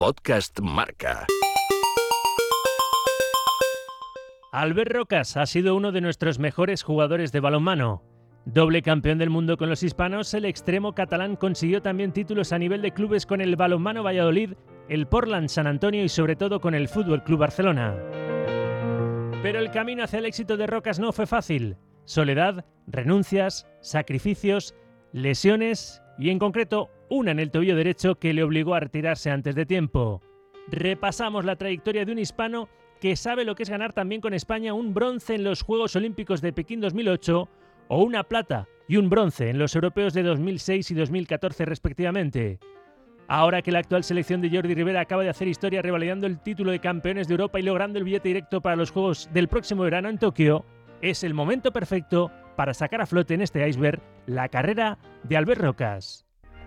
Podcast Marca. Albert Rocas ha sido uno de nuestros mejores jugadores de balonmano. Doble campeón del mundo con los hispanos, el extremo catalán consiguió también títulos a nivel de clubes con el Balonmano Valladolid, el Portland San Antonio y sobre todo con el Fútbol Club Barcelona. Pero el camino hacia el éxito de Rocas no fue fácil. Soledad, renuncias, sacrificios, lesiones y en concreto una en el tobillo derecho que le obligó a retirarse antes de tiempo. Repasamos la trayectoria de un hispano que sabe lo que es ganar también con España un bronce en los Juegos Olímpicos de Pekín 2008 o una plata y un bronce en los europeos de 2006 y 2014 respectivamente. Ahora que la actual selección de Jordi Rivera acaba de hacer historia revalidando el título de campeones de Europa y logrando el billete directo para los Juegos del próximo verano en Tokio, es el momento perfecto para sacar a flote en este iceberg la carrera de Albert Rocas.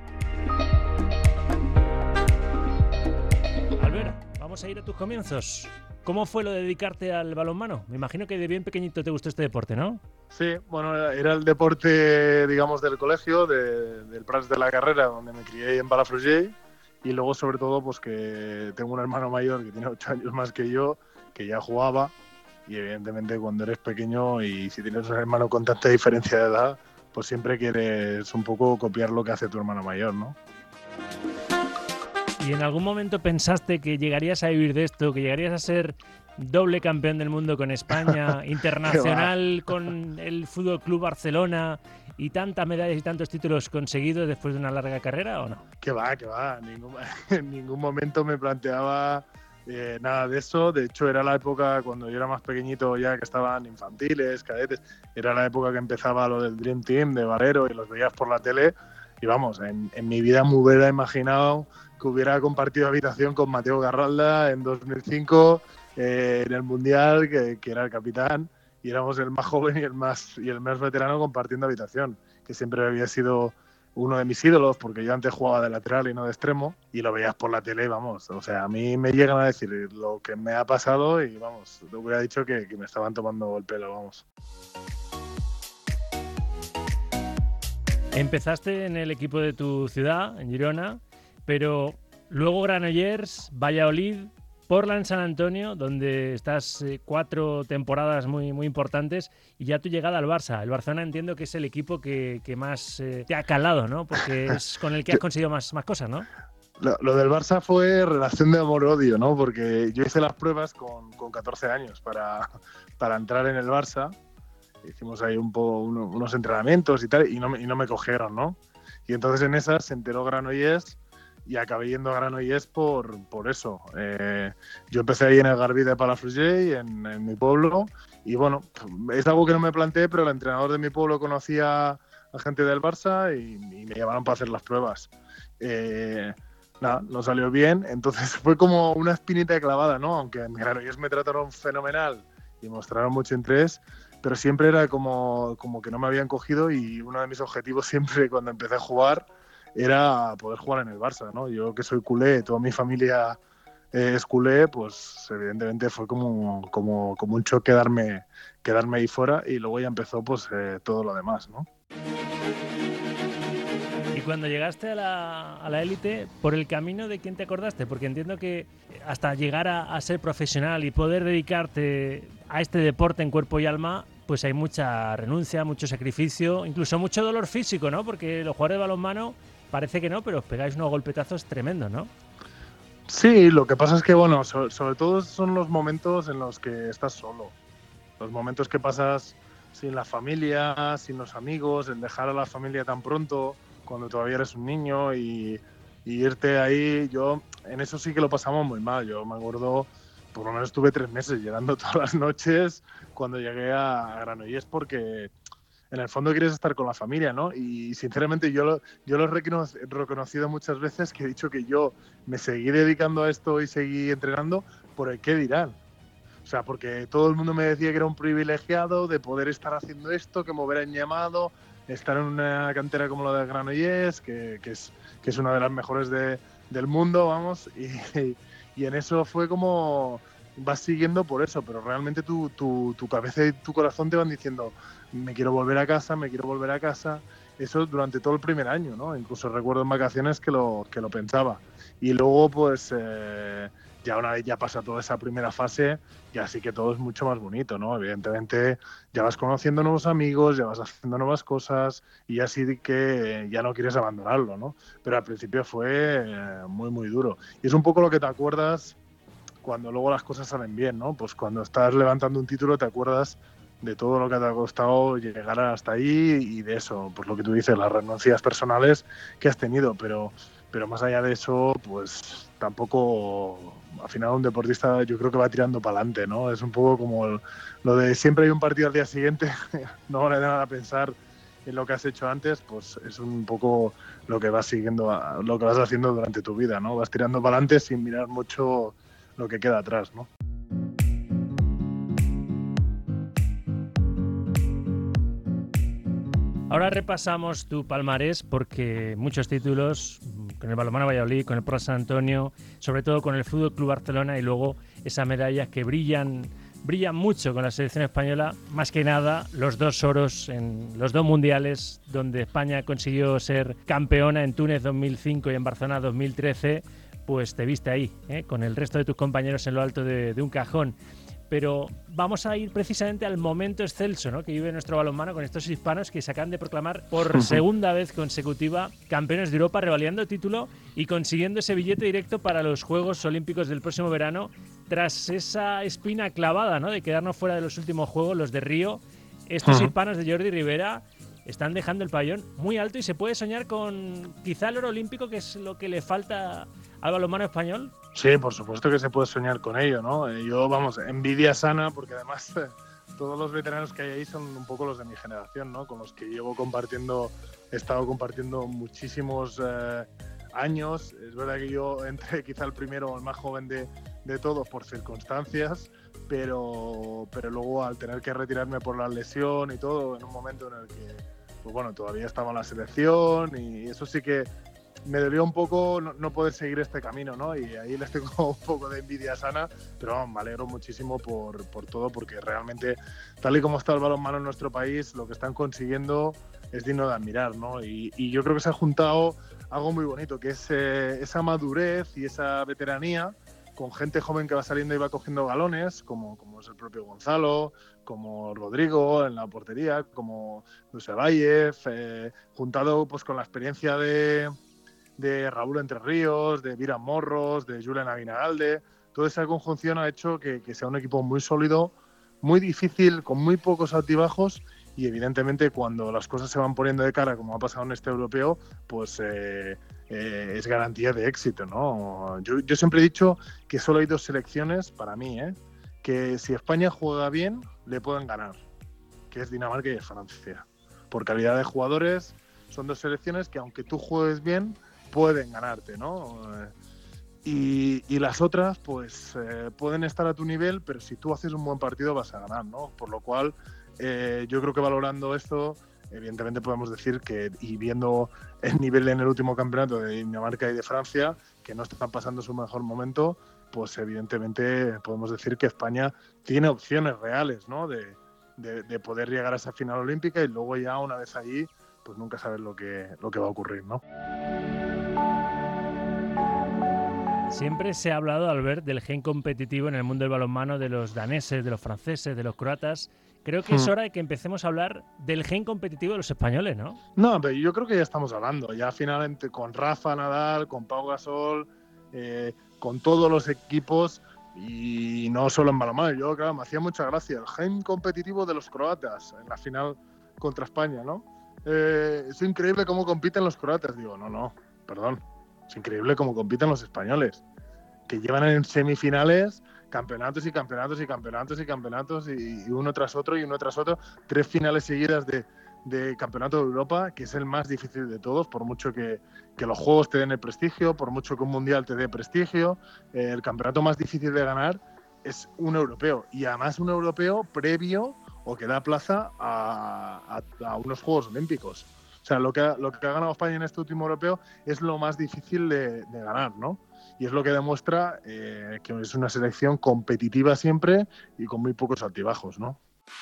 Albert, vamos a ir a tus comienzos. ¿Cómo fue lo de dedicarte al balonmano? Me imagino que de bien pequeñito te gustó este deporte, ¿no? Sí, bueno, era el deporte, digamos, del colegio, del Prats de la Carrera, donde me crié en Palafrugell, y luego, sobre todo, pues que tengo un hermano mayor que tiene 8 años más que yo, que ya jugaba, y evidentemente cuando eres pequeño y si tienes un hermano con tanta diferencia de edad, pues siempre quieres un poco copiar lo que hace tu hermano mayor, ¿no? ¿Y en algún momento pensaste que llegarías a vivir de esto, que llegarías a ser doble campeón del mundo con España, internacional con el Fútbol Club Barcelona y tantas medallas y tantos títulos conseguidos después de una larga carrera o no? Que va. En ningún momento me planteaba nada de eso. De hecho, era la época cuando yo era más pequeñito, ya que estaban infantiles, cadetes. Era la época que empezaba lo del Dream Team de Valero y los veías por la tele. Y vamos, en mi vida me hubiera imaginado que hubiera compartido habitación con Mateo Garralda en 2005 en el Mundial, que era el capitán, y éramos el más joven y el más veterano compartiendo habitación, que siempre había sido uno de mis ídolos, porque yo antes jugaba de lateral y no de extremo, y lo veías por la tele y vamos, o sea, a mí me llegan a decir lo que me ha pasado y vamos, te hubiera dicho que me estaban tomando el pelo, vamos. Empezaste en el equipo de tu ciudad, en Girona, pero luego Granollers, Valladolid, Portland San Antonio, donde estás 4 temporadas muy, muy importantes, y ya tu llegada al Barça. El Barcelona entiendo que es el equipo que más te ha calado, ¿no? Porque es con el que has conseguido más cosas, ¿no? Lo del Barça fue relación de amor-odio, ¿no? Porque yo hice las pruebas con 14 años para entrar en el Barça. Hicimos ahí unos entrenamientos y tal, y no me cogieron, ¿no? Y entonces en esas se enteró Granollers y acabé yendo a Granollers por eso. Yo empecé ahí en el Garbí de Palafrugell, en mi pueblo, y bueno, es algo que no me planteé, pero el entrenador de mi pueblo conocía a gente del Barça y me llamaron para hacer las pruebas. Nada, no salió bien, entonces fue como una espinita clavada, ¿no? Aunque en Granollers me trataron fenomenal y mostraron mucho interés, pero siempre era como que no me habían cogido, y uno de mis objetivos siempre cuando empecé a jugar era poder jugar en el Barça, ¿no? Yo que soy culé, toda mi familia es culé, pues evidentemente fue como un shock quedarme ahí fuera, y luego ya empezó pues todo lo demás, ¿no? Y cuando llegaste a la élite, ¿por el camino de quién te acordaste? Porque entiendo que hasta llegar a ser profesional y poder dedicarte a este deporte en cuerpo y alma, pues hay mucha renuncia, mucho sacrificio, incluso mucho dolor físico, ¿no? Porque los jugadores de balonmano parece que no, pero os pegáis unos golpetazos tremendos, ¿no? Sí, lo que pasa es que, bueno, sobre todo son los momentos en los que estás solo. Los momentos que pasas sin la familia, sin los amigos, el dejar a la familia tan pronto, cuando todavía eres un niño, y irte ahí. Yo, en eso sí que lo pasamos muy mal. Yo me acuerdo, por lo menos estuve 3 meses llorando todas las noches cuando llegué a Granollers, porque en el fondo quieres estar con la familia, ¿no? Y sinceramente yo lo he reconocido muchas veces, que he dicho que yo me seguí dedicando a esto y seguí entrenando por el qué dirán. O sea, porque todo el mundo me decía que era un privilegiado de poder estar haciendo esto, que me hubieran llamado, estar en una cantera como la de Granollers, que es una de las mejores del mundo, vamos, y en eso fue como vas siguiendo por eso, pero realmente tu cabeza y tu corazón te van diciendo me quiero volver a casa. Eso durante todo el primer año, ¿no? Incluso recuerdo en vacaciones que lo pensaba. Y luego, pues, ya una vez ya pasa toda esa primera fase, ya sí que todo es mucho más bonito, ¿no? Evidentemente ya vas conociendo nuevos amigos, ya vas haciendo nuevas cosas y ya sí que ya no quieres abandonarlo, ¿no? Pero al principio fue muy, muy duro. Y es un poco lo que te acuerdas cuando luego las cosas salen bien, ¿no? Pues cuando estás levantando un título te acuerdas de todo lo que te ha costado llegar hasta ahí y de eso, pues lo que tú dices, las renuncias personales que has tenido, pero más allá de eso, pues tampoco, al final un deportista yo creo que va tirando para adelante, ¿no? Es un poco como lo de siempre hay un partido al día siguiente, no vale nada a pensar en lo que has hecho antes, pues es un poco lo que vas siguiendo, lo que vas haciendo durante tu vida, ¿no? Vas tirando para adelante sin mirar mucho lo que queda atrás, ¿no? Ahora repasamos tu palmarés porque muchos títulos con el Balonmano Valladolid, con el Pro San Antonio, sobre todo con el Fútbol Club Barcelona y luego esas medallas que brillan mucho con la selección española, más que nada los 2 oros en los 2 mundiales donde España consiguió ser campeona en Túnez 2005 y en Barcelona 2013, pues te viste ahí, con el resto de tus compañeros en lo alto de un cajón. Pero vamos a ir precisamente al momento excelso, ¿no?, que vive nuestro balonmano con estos hispanos que se acaban de proclamar por segunda vez consecutiva campeones de Europa, revalidando título y consiguiendo ese billete directo para los Juegos Olímpicos del próximo verano, tras esa espina clavada, ¿no?, de quedarnos fuera de los últimos Juegos, los de Río. Estos hispanos de Jordi Rivera están dejando el pabellón muy alto y se puede soñar con quizá el oro olímpico, que es lo que le falta al balonmano español. Sí, por supuesto que se puede soñar con ello, ¿no? Yo, vamos, envidia sana, porque además todos los veteranos que hay ahí son un poco los de mi generación, ¿no? Con los que he estado compartiendo muchísimos años. Es verdad que yo entré quizá el primero o el más joven de todos por circunstancias, pero luego al tener que retirarme por la lesión y todo, en un momento en el que, pues bueno, todavía estaba en la selección y eso sí que me dolió un poco no poder seguir este camino, ¿no? Y ahí les tengo un poco de envidia sana, pero vamos, me alegro muchísimo por todo, porque realmente, tal y como está el balonmano en nuestro país, lo que están consiguiendo es digno de admirar, ¿no? Y yo creo que se ha juntado algo muy bonito, que es esa madurez y esa veteranía con gente joven que va saliendo y va cogiendo galones, como es el propio Gonzalo, como Rodrigo en la portería, como Luis Valles, juntado pues con la experiencia de Raúl Entre Ríos, de Viran Morros, de Julen Aguinalde. Toda esa conjunción ha hecho que sea un equipo muy sólido, muy difícil, con muy pocos altibajos, y evidentemente cuando las cosas se van poniendo de cara, como ha pasado en este europeo, pues es garantía de éxito, ¿no? Yo siempre he dicho que solo hay 2 selecciones, para mí, que si España juega bien, le pueden ganar, que es Dinamarca y Francia. Por calidad de jugadores, son 2 selecciones que aunque tú juegues bien, pueden ganarte, ¿no? Y las otras, pues pueden estar a tu nivel, pero si tú haces un buen partido vas a ganar, ¿no? Por lo cual, yo creo que valorando esto, evidentemente podemos decir que, y viendo el nivel en el último campeonato de Dinamarca y de Francia, que no están pasando su mejor momento, pues evidentemente podemos decir que España tiene opciones reales, ¿no?, de poder llegar a esa final olímpica, y luego ya una vez allí, pues nunca sabes lo que va a ocurrir, ¿no? Siempre se ha hablado, Albert, del gen competitivo en el mundo del balonmano, de los daneses, de los franceses, de los croatas. Creo que es hora de que empecemos a hablar del gen competitivo de los españoles, ¿no? No, pero yo creo que ya estamos hablando. Ya al final, con Rafa Nadal, con Pau Gasol, con todos los equipos, y no solo en balonmano. Yo, claro, me hacía mucha gracia el gen competitivo de los croatas en la final contra España, ¿no? Es increíble cómo compiten los croatas. Digo, no, perdón. Es increíble cómo compiten los españoles, que llevan en semifinales campeonatos y campeonatos y campeonatos y campeonatos, y uno tras otro y uno tras otro, 3 finales seguidas de Campeonato de Europa, que es el más difícil de todos, por mucho que los Juegos te den el prestigio, por mucho que un Mundial te dé prestigio, el campeonato más difícil de ganar es un europeo, y además un europeo previo o que da plaza a unos Juegos Olímpicos. O sea, lo que ha ganado España en este último europeo es lo más difícil de ganar, ¿no? Y es lo que demuestra que es una selección competitiva siempre y con muy pocos altibajos, ¿no?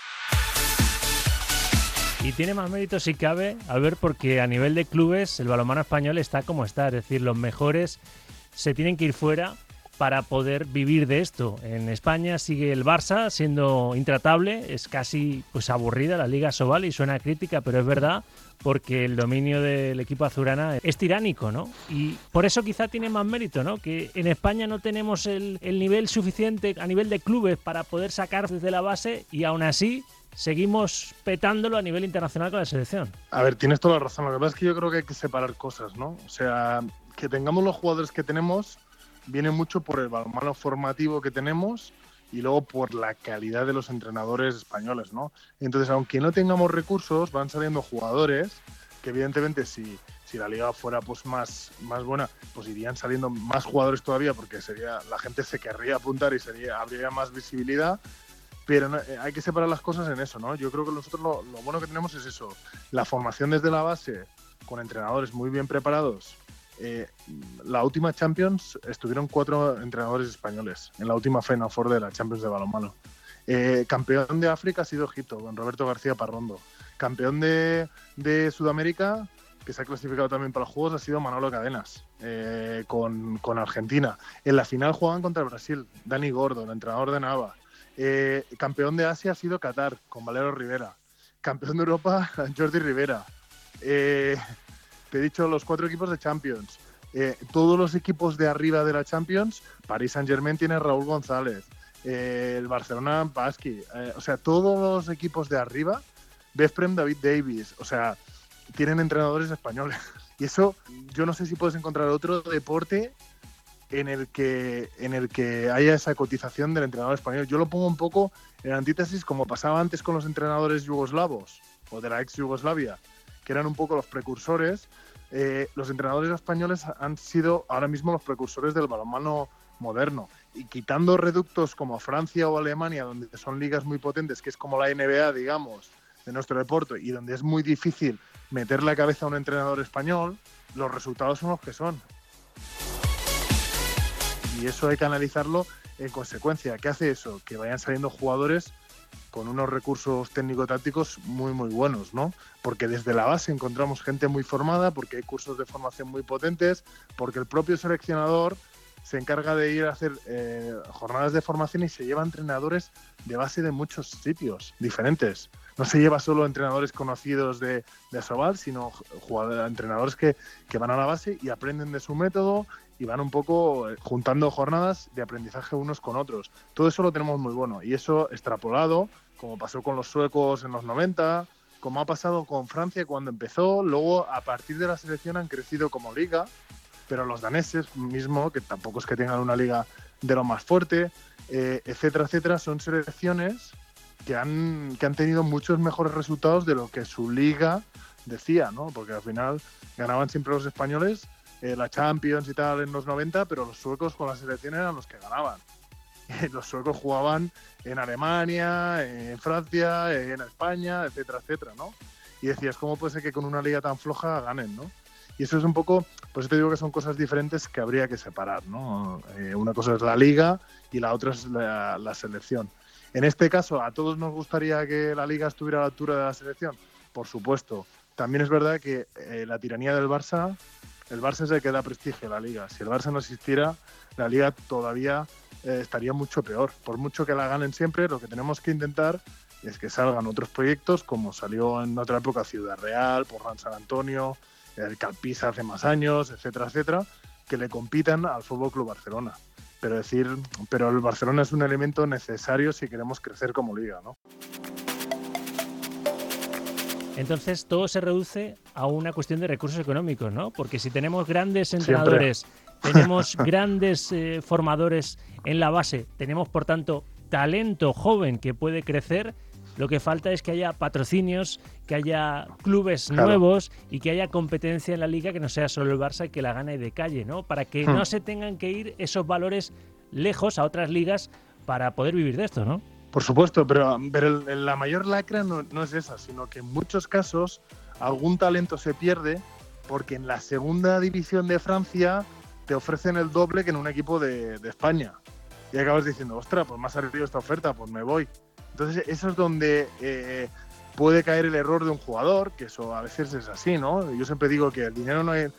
Y tiene más mérito si cabe, Albert, porque a nivel de clubes el balonmano español está como está, es decir, los mejores se tienen que ir fuera para poder vivir de esto. En España sigue el Barça siendo intratable, es casi pues aburrida la Liga Sobal y suena crítica, pero es verdad, porque el dominio del equipo azulgrana es tiránico, ¿no? Y por eso quizá tiene más mérito, ¿no? Que en España no tenemos el nivel suficiente a nivel de clubes para poder sacar desde la base y aún así seguimos petándolo a nivel internacional con la selección. A ver, tienes toda la razón. Lo que pasa es que yo creo que hay que separar cosas, ¿no? O sea, que tengamos los jugadores que tenemos viene mucho por el balonmano formativo que tenemos y luego por la calidad de los entrenadores españoles, ¿no? Entonces, aunque no tengamos recursos, van saliendo jugadores que evidentemente si la liga fuera pues más buena, pues irían saliendo más jugadores todavía, porque la gente se querría apuntar y habría más visibilidad. Pero no, hay que separar las cosas en eso, ¿no? Yo creo que nosotros lo bueno que tenemos es eso, la formación desde la base, con entrenadores muy bien preparados. La última Champions estuvieron 4 entrenadores españoles, en la última Final Four de la Champions de balonmano. Campeón de África ha sido Egipto, con Roberto García Parrondo. Campeón de Sudamérica, que se ha clasificado también para los Juegos, ha sido Manolo Cadenas, con Argentina. En la final jugaban contra Brasil, Dani Gordo, el entrenador de Nava. Campeón de Asia ha sido Qatar, con Valero Rivera. Campeón de Europa, Jordi Rivera. Te he dicho los 4 equipos de Champions. Todos los equipos de arriba de la Champions, Paris Saint-Germain tiene Raúl González, el Barcelona Basqui, o sea, todos los equipos de arriba, Vesprem David Davis, o sea, tienen entrenadores españoles. Y eso, yo no sé si puedes encontrar otro deporte en el que haya esa cotización del entrenador español. Yo lo pongo un poco en antítesis, como pasaba antes con los entrenadores yugoslavos o de la ex Yugoslavia, que eran un poco los precursores. Los entrenadores españoles han sido ahora mismo los precursores del balonmano moderno, y quitando reductos como Francia o Alemania, donde son ligas muy potentes, que es como la NBA, digamos, de nuestro deporte, y donde es muy difícil meter la cabeza a un entrenador español, los resultados son los que son. Y eso hay que analizarlo en consecuencia. ¿Qué hace eso? Que vayan saliendo jugadores con unos recursos técnico-tácticos muy, muy buenos, ¿no? Porque desde la base encontramos gente muy formada, porque hay cursos de formación muy potentes, porque el propio seleccionador se encarga de ir a hacer jornadas de formación y se lleva entrenadores de base de muchos sitios diferentes. No se lleva solo entrenadores conocidos de Asobal, sino entrenadores que van a la base y aprenden de su método y van un poco juntando jornadas de aprendizaje unos con otros. Todo eso lo tenemos muy bueno, y eso extrapolado, como pasó con los suecos en los 90, como ha pasado con Francia cuando empezó, luego a partir de la selección han crecido como liga, pero los daneses mismo, que tampoco es que tengan una liga de lo más fuerte, etcétera, etcétera, son selecciones que han tenido muchos mejores resultados de lo que su liga decía, ¿no? Porque al final ganaban siempre los españoles la Champions y tal en los 90, pero los suecos con la selección eran los que ganaban. Los suecos jugaban en Alemania, en Francia, en España, etcétera, etcétera, ¿no? Y decías, ¿cómo puede ser que con una liga tan floja ganen, ¿no? Y eso es un poco, pues te digo que son cosas diferentes que habría que separar, ¿no? Una cosa es la liga y la otra es la selección. En este caso, ¿a todos nos gustaría que la liga estuviera a la altura de la selección? Por supuesto. También es verdad que la tiranía del Barça, el Barça es el que da prestigio a la liga. Si el Barça no existiera, la liga todavía estaría mucho peor. Por mucho que la ganen siempre, lo que tenemos que intentar es que salgan otros proyectos, como salió en otra época Ciudad Real, Porran San Antonio, el Calpisa hace más años, etcétera, etcétera, que le compitan al Fútbol Club Barcelona. Pero el Barcelona es un elemento necesario si queremos crecer como liga, ¿no? Entonces todo se reduce a una cuestión de recursos económicos, ¿no? Porque si tenemos grandes entrenadores, tenemos grandes formadores en la base, tenemos por tanto talento joven que puede crecer, lo que falta es que haya patrocinios, que haya clubes nuevos y que haya competencia en la liga, que no sea solo el Barça y que la gane de calle, ¿no? Para que no se tengan que ir esos valores lejos a otras ligas para poder vivir de esto, ¿no? Por supuesto, pero la mayor lacra no es esa, sino que en muchos casos algún talento se pierde porque en la segunda división de Francia te ofrecen el doble que en un equipo de España. Y acabas diciendo, ostras, pues más arriba esta oferta, pues me voy. Entonces eso es donde puede caer el error de un jugador, que eso a veces es así, ¿no? Yo siempre digo que el dinero no es...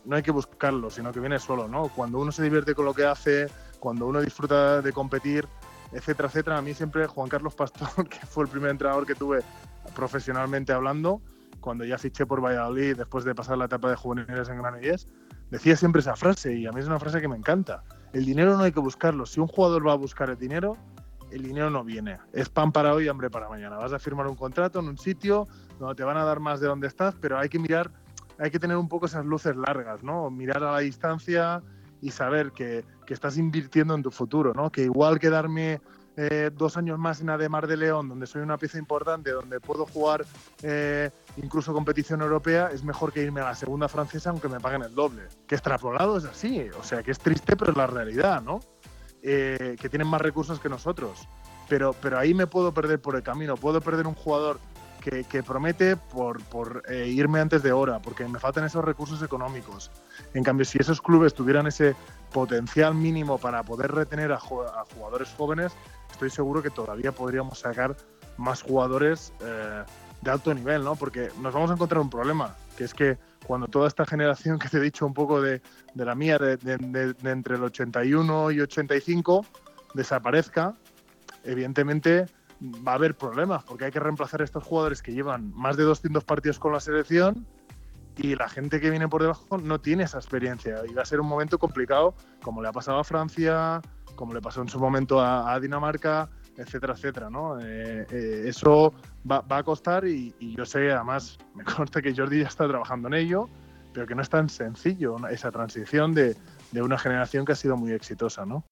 no hay que buscarlo, sino que viene solo, ¿no? Cuando uno se divierte con lo que hace, cuando uno disfruta de competir, etcétera, etcétera. A mí siempre Juan Carlos Pastor, que fue el primer entrenador que tuve profesionalmente hablando, cuando ya fiché por Valladolid después de pasar la etapa de juveniles en Granollers, decía siempre esa frase, y a mí es una frase que me encanta. El dinero no hay que buscarlo. Si un jugador va a buscar el dinero no viene. Es pan para hoy y hambre para mañana. Vas a firmar un contrato en un sitio donde te van a dar más de donde estás, pero hay que mirar, hay que tener un poco esas luces largas, ¿no? Mirar a la distancia y saber que estás invirtiendo en tu futuro, ¿no? Que igual quedarme 2 años más en Ademar de León, donde soy una pieza importante, donde puedo jugar incluso competición europea, es mejor que irme a la segunda francesa aunque me paguen el doble. Que extrapolado es así, o sea, que es triste, pero es la realidad, ¿no? Que tienen más recursos que nosotros. Pero ahí me puedo perder por el camino, puedo perder un jugador que promete por irme antes de hora, porque me faltan esos recursos económicos. En cambio, si esos clubes tuvieran ese potencial mínimo para poder retener a jugadores jóvenes, estoy seguro que todavía podríamos sacar más jugadores de alto nivel, ¿no? Porque nos vamos a encontrar un problema, que es que cuando toda esta generación que te he dicho un poco de la mía, de entre el 81 y 85, desaparezca, evidentemente va a haber problemas, porque hay que reemplazar a estos jugadores que llevan más de 200 partidos con la selección y la gente que viene por debajo no tiene esa experiencia y va a ser un momento complicado, como le ha pasado a Francia, como le pasó en su momento a Dinamarca, etcétera, etcétera, ¿no? Eso va a costar y yo sé, además, me consta que Jordi ya está trabajando en ello, pero que no es tan sencillo, ¿no? Esa transición de una generación que ha sido muy exitosa, ¿no?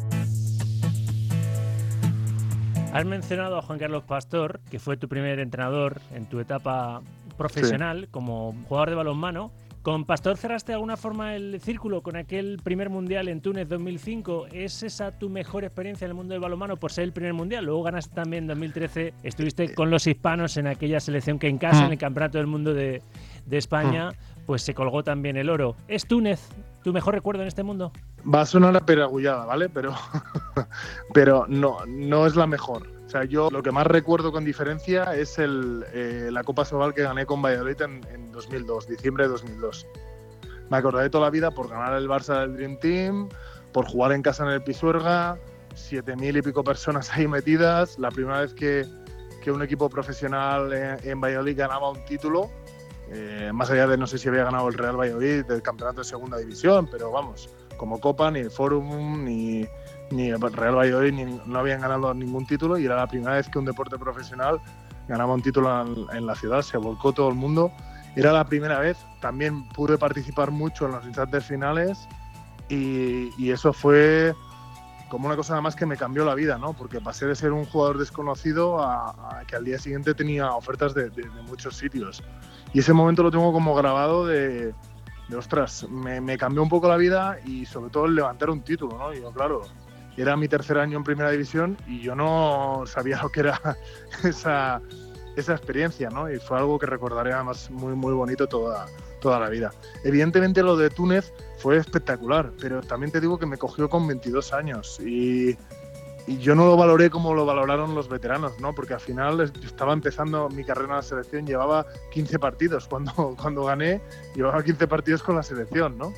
Has mencionado a Juan Carlos Pastor, que fue tu primer entrenador en tu etapa profesional como jugador de balonmano. ¿Con Pastor cerraste de alguna forma el círculo con aquel primer mundial en Túnez 2005? ¿Es esa tu mejor experiencia en el mundo del balonmano por ser el primer mundial? Luego ganaste también en 2013, estuviste con los hispanos en aquella selección que en casa, en el Campeonato del Mundo de España, pues se colgó también el oro. ¿Es Túnez tu mejor recuerdo en este mundo? Va a sonar a peragullada, ¿vale? Pero no es la mejor. O sea, yo lo que más recuerdo con diferencia es la Copa Sobal que gané con Valladolid en 2002, diciembre de 2002. Me acordaré toda la vida por ganar el Barça del Dream Team, por jugar en casa en el Pisuerga, 7.000 y pico personas ahí metidas, la primera vez que un equipo profesional en Valladolid ganaba un título, más allá de no sé si había ganado el Real Valladolid del campeonato de segunda división, pero vamos, como Copa, ni el Fórum, ni el Real Valladolid no habían ganado ningún título y era la primera vez que un deporte profesional ganaba un título en la ciudad, se volcó todo el mundo, era la primera vez, también pude participar mucho en los instantes finales y eso fue como una cosa además que me cambió la vida, ¿no? Porque pasé de ser un jugador desconocido a que al día siguiente tenía ofertas de muchos sitios y ese momento lo tengo como grabado de ostras, me cambió un poco la vida y sobre todo el levantar un título, ¿no? Y yo, claro, era mi tercer año en primera división y yo no sabía lo que era esa experiencia, ¿no? Y fue algo que recordaré además muy, muy bonito toda la vida. Evidentemente lo de Túnez fue espectacular, pero también te digo que me cogió con 22 años y yo no lo valoré como lo valoraron los veteranos, ¿no? Porque al final estaba empezando mi carrera en la selección, llevaba 15 partidos. Cuando gané, llevaba 15 partidos con la selección, ¿no?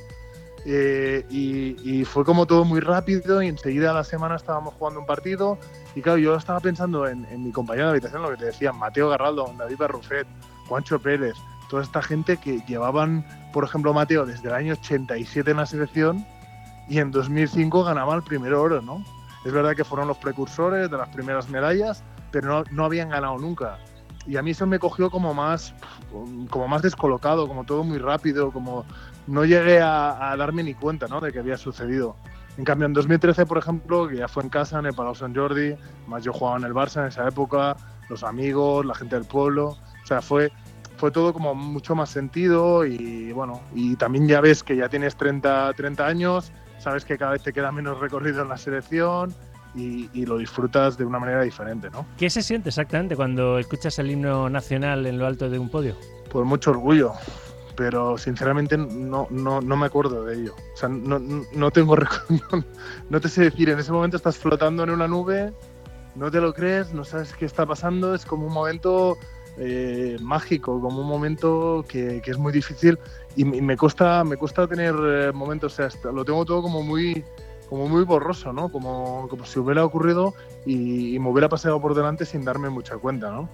Y fue como todo muy rápido y enseguida a la semana estábamos jugando un partido y claro, yo estaba pensando en mi compañero de habitación, lo que te decían, Mateo Garraldo, David Barrufet, Juancho Pérez, toda esta gente que llevaban, por ejemplo, Mateo desde el año 87 en la selección y en 2005 ganaba el primer oro, ¿no? Es verdad que fueron los precursores de las primeras medallas, pero no habían ganado nunca. Y a mí eso me cogió como más descolocado, como todo muy rápido, como no llegué a darme ni cuenta, ¿no? De que había sucedido. En cambio, en 2013, por ejemplo, que ya fue en casa, en el Palau Sant Jordi, más yo jugaba en el Barça en esa época, los amigos, la gente del pueblo, o sea, fue todo como mucho más sentido y bueno, y también ya ves que ya tienes 30 años, sabes que cada vez te queda menos recorrido en la selección y lo disfrutas de una manera diferente, ¿no? ¿Qué se siente exactamente cuando escuchas el himno nacional en lo alto de un podio? Pues mucho orgullo, pero sinceramente no me acuerdo de ello. O sea, no tengo no te sé decir, en ese momento estás flotando en una nube, no te lo crees, no sabes qué está pasando, es como un momento mágico, como un momento que es muy difícil y me cuesta tener momentos, o sea, lo tengo todo como muy borroso, ¿no? Como si hubiera ocurrido y me hubiera pasado por delante sin darme mucha cuenta, ¿no?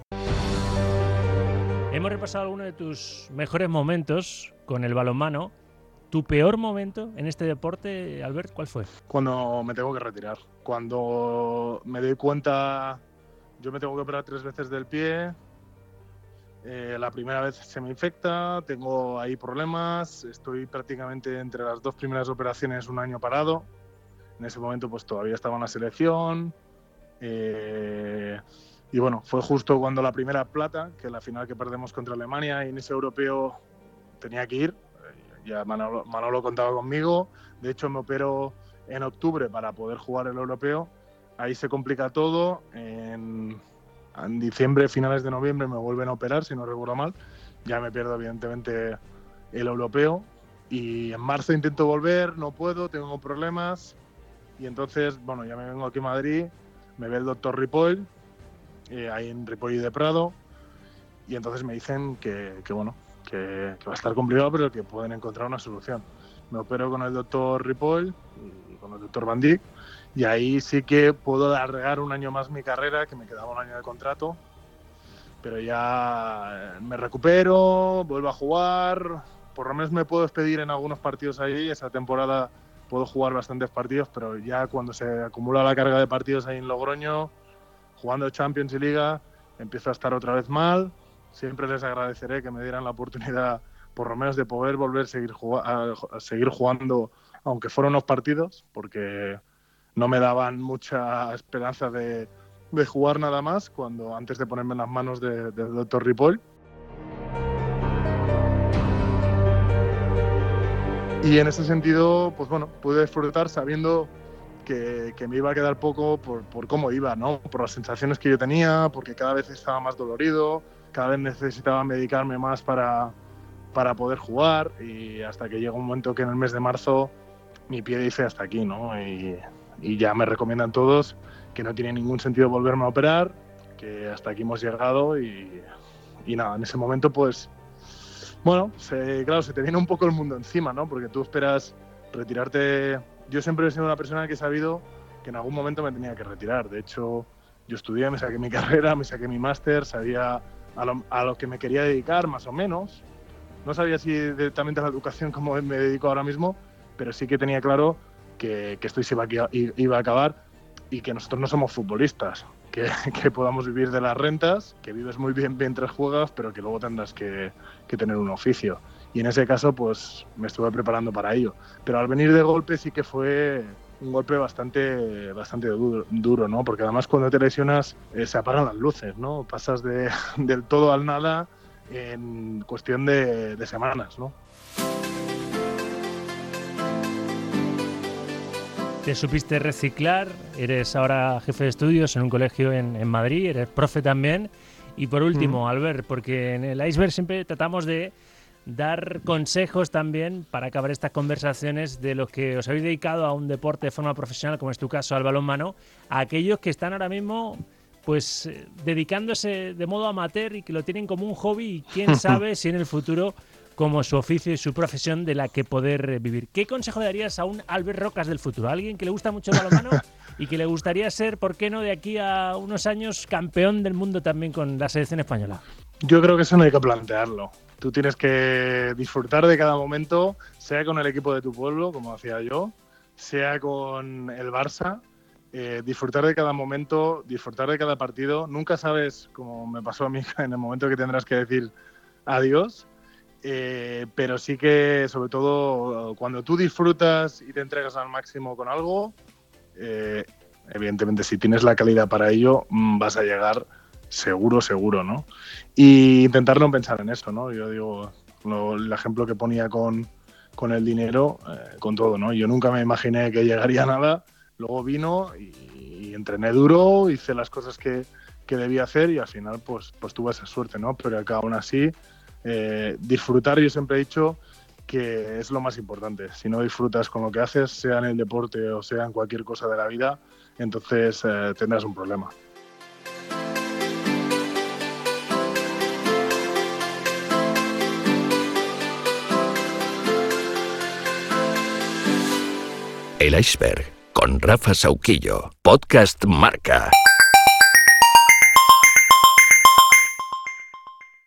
Hemos repasado algunos de tus mejores momentos con el balonmano. ¿Tu peor momento en este deporte, Albert, cuál fue? Cuando me tengo que retirar. Cuando me doy cuenta, yo me tengo que operar 3 veces del pie. La primera vez se me infecta, tengo ahí problemas, estoy prácticamente entre las 2 primeras operaciones un año parado. En ese momento pues todavía estaba en la selección. Y bueno, fue justo cuando la primera plata, que la final que perdemos contra Alemania, y en ese europeo tenía que ir. Ya Manolo contaba conmigo. De hecho, me opero en octubre para poder jugar el europeo. Ahí se complica todo. En diciembre, finales de noviembre, me vuelven a operar, si no recuerdo mal. Ya me pierdo, evidentemente, el europeo. Y en marzo intento volver, no puedo, tengo problemas. Y entonces, bueno, ya me vengo aquí a Madrid, me ve el doctor Ripoll, ahí en Ripoll de Prado, y entonces me dicen que va a estar complicado, pero que pueden encontrar una solución. Me opero con el doctor Ripoll y con el doctor Van Dijk, y ahí sí que puedo alargar un año más mi carrera, que me quedaba un año de contrato, pero ya me recupero, vuelvo a jugar, por lo menos me puedo despedir en algunos partidos ahí. Esa temporada puedo jugar bastantes partidos, pero ya cuando se acumula la carga de partidos ahí en Logroño, jugando Champions y Liga, empiezo a estar otra vez mal. Siempre les agradeceré que me dieran la oportunidad, por lo menos, de poder volver a seguir jugando, aunque fueran unos partidos, porque no me daban mucha esperanza de jugar nada más cuando antes de ponerme en las manos del doctor Ripoll. Y en ese sentido, pues bueno, pude disfrutar sabiendo que me iba a quedar poco por cómo iba, ¿no? Por las sensaciones que yo tenía, porque cada vez estaba más dolorido, cada vez necesitaba medicarme más para poder jugar, y hasta que llega un momento que en el mes de marzo mi pie dice hasta aquí, ¿no? Y ya me recomiendan todos que no tiene ningún sentido volverme a operar, que hasta aquí hemos llegado y nada, en ese momento pues, bueno, claro, se te viene un poco el mundo encima, ¿no? Porque tú esperas retirarte. Yo siempre he sido una persona que he sabido que en algún momento me tenía que retirar. De hecho, yo estudié, me saqué mi carrera, me saqué mi máster, sabía a lo que me quería dedicar, más o menos. No sabía si directamente a la educación como me dedico ahora mismo, pero sí que tenía claro que esto iba a acabar, y que nosotros no somos futbolistas, que podamos vivir de las rentas, que vives muy bien mientras juegas, pero que luego tendrás que tener un oficio. Y en ese caso, pues me estuve preparando para ello. Pero al venir de golpe sí que fue un golpe bastante duro, ¿no? Porque además cuando te lesionas se apagan las luces, ¿no? Pasas del todo al nada en cuestión de semanas, ¿no? Te supiste reciclar, eres ahora jefe de estudios en un colegio en Madrid, eres profe también. Y por último, Albert, porque en el Iceberg siempre tratamos de dar consejos también para acabar estas conversaciones de los que os habéis dedicado a un deporte de forma profesional, como es tu caso al balonmano, a aquellos que están ahora mismo pues dedicándose de modo amateur y que lo tienen como un hobby, y quién sabe si en el futuro como su oficio y su profesión de la que poder vivir. ¿Qué consejo darías a un Albert Rocas del futuro? A alguien que le gusta mucho el balonmano y que le gustaría ser, ¿por qué no, de aquí a unos años campeón del mundo también con la selección española? Yo creo que eso no hay que plantearlo. Tú tienes que disfrutar de cada momento, sea con el equipo de tu pueblo, como hacía yo, sea con el Barça. Disfrutar de cada momento, disfrutar de cada partido. Nunca sabes, como me pasó a mí, en el momento que tendrás que decir adiós. Pero sí que, sobre todo, cuando tú disfrutas y te entregas al máximo con algo, evidentemente, si tienes la calidad para ello, vas a llegar seguro, ¿no? Y intentar no pensar en eso, ¿no? Yo digo, el ejemplo que ponía con el dinero, con todo, ¿no? Yo nunca me imaginé que llegaría a nada, luego vino y entrené duro, hice las cosas que debía hacer, y al final pues tuve esa suerte, ¿no? Pero que aún así, disfrutar, yo siempre he dicho que es lo más importante. Si no disfrutas con lo que haces, sea en el deporte o sea en cualquier cosa de la vida, entonces tendrás un problema. El Iceberg, con Rafa Sauquillo. Podcast Marca.